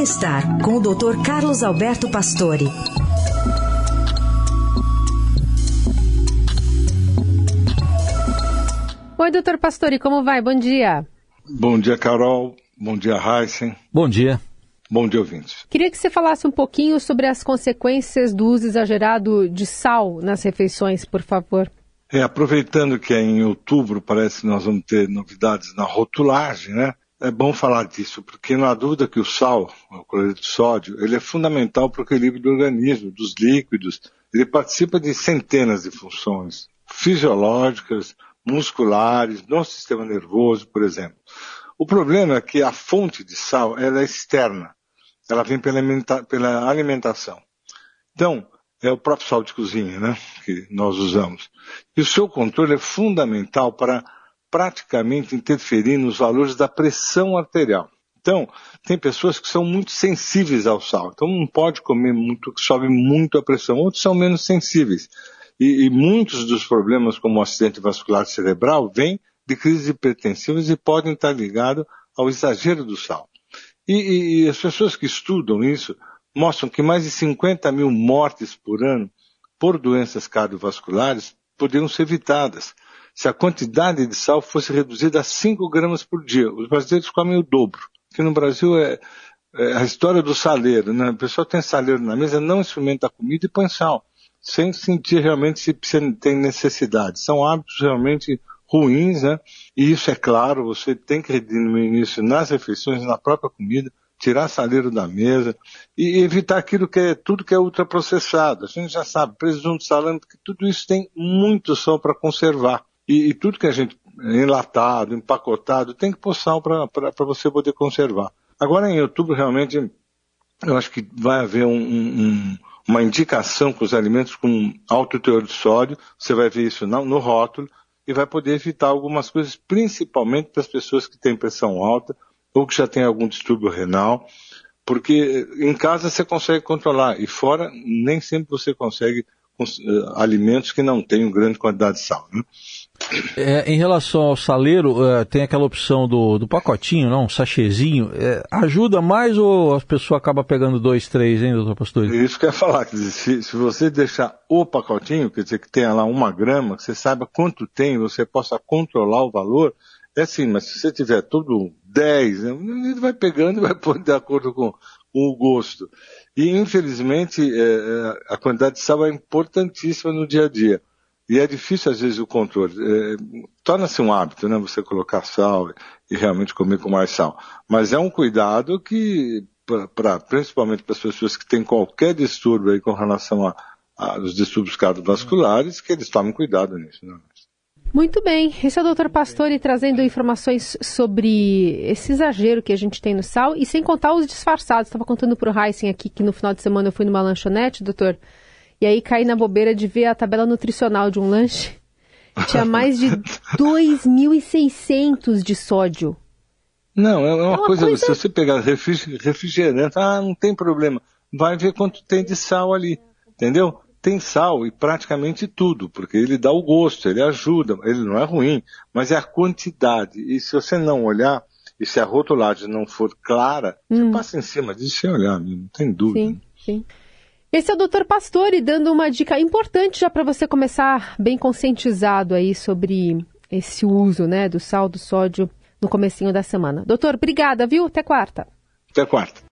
Bem-estar com o Dr. Carlos Alberto Pastore. Oi, doutor Pastore, como vai? Bom dia. Bom dia, Carol. Bom dia, Heisen. Bom dia. Bom dia, ouvintes. Queria que você falasse um pouquinho sobre as consequências do uso exagerado de sal nas refeições, por favor. Aproveitando que é em outubro, parece que nós vamos ter novidades na rotulagem, né? É bom falar disso, porque não há dúvida que o sal, o cloreto de sódio, ele é fundamental para o equilíbrio do organismo, dos líquidos. Ele participa de centenas de funções fisiológicas, musculares, no sistema nervoso, por exemplo. O problema é que a fonte de sal ela é externa, ela vem pela alimentação. Então, é o próprio sal de cozinha, né, que nós usamos. E o seu controle é fundamental para praticamente interferir nos valores da pressão arterial. Então, tem pessoas que são muito sensíveis ao sal, então não pode comer muito, que sobe muito a pressão. Outros são menos sensíveis. E muitos dos problemas, como o acidente vascular cerebral, vêm de crises hipertensivas e podem estar ligados ao exagero do sal. E as pessoas que estudam isso mostram que mais de 50 mil mortes por ano por doenças cardiovasculares poderiam ser evitadas se a quantidade de sal fosse reduzida a 5 gramas por dia. Os brasileiros comem o dobro. Aqui no Brasil é a história do saleiro, né? O pessoal tem saleiro na mesa, não experimenta a comida e põe sal, sem sentir realmente se tem necessidade. São hábitos realmente ruins, né? E isso, é claro, você tem que diminuir isso nas refeições, na própria comida, tirar saleiro da mesa e evitar aquilo que é tudo que é ultraprocessado. A gente já sabe, presunto, salame, porque tudo isso tem muito sal para conservar. E tudo que a gente enlatado, empacotado, tem que pôr sal para você poder conservar. Agora, em outubro, realmente, eu acho que vai haver uma indicação com os alimentos com alto teor de sódio. Você vai ver isso no rótulo e vai poder evitar algumas coisas, principalmente para as pessoas que têm pressão alta ou que já têm algum distúrbio renal, porque em casa você consegue controlar e fora nem sempre você consegue alimentos que não tenham grande quantidade de sal, né? Em relação ao saleiro, tem aquela opção do pacotinho, não? Um sachêzinho. Ajuda mais ou a pessoa acaba pegando 2, 3, hein, doutor Pastore? Isso que eu ia falar. Quer dizer, se você deixar o pacotinho, quer dizer que tenha lá 1 grama, que você saiba quanto tem, você possa controlar o valor, é assim, mas se você tiver tudo 10, ele vai pegando e vai pôr de acordo com o gosto. E, infelizmente, a quantidade de sal é importantíssima no dia a dia. E é difícil, às vezes, o controle. Torna-se um hábito, né? Você colocar sal e realmente comer com mais sal. Mas é um cuidado que, principalmente para as pessoas que têm qualquer distúrbio aí com relação aos distúrbios cardiovasculares, que eles tomem cuidado nisso, né? Muito bem. Esse é o doutor Pastore trazendo informações sobre esse exagero que a gente tem no sal e sem contar os disfarçados. Estava contando para o Heisen aqui que no final de semana eu fui numa lanchonete, doutor, e aí caí na bobeira de ver a tabela nutricional de um lanche. Tinha mais de 2.600 de sódio. Não, é uma coisa... Se você pegar refrigerante, não tem problema. Vai ver quanto tem de sal ali, entendeu? Tem sal e praticamente tudo, porque ele dá o gosto, ele ajuda, ele não é ruim, mas é a quantidade. E se você não olhar, e se a rotulagem não for clara, você passa em cima disso sem olhar, não tem dúvida. Sim, sim. Esse é o doutor Pastore dando uma dica importante já para você começar bem conscientizado aí sobre esse uso, né, do sal, do sódio no comecinho da semana. Doutor, obrigada, viu? Até quarta. Até quarta.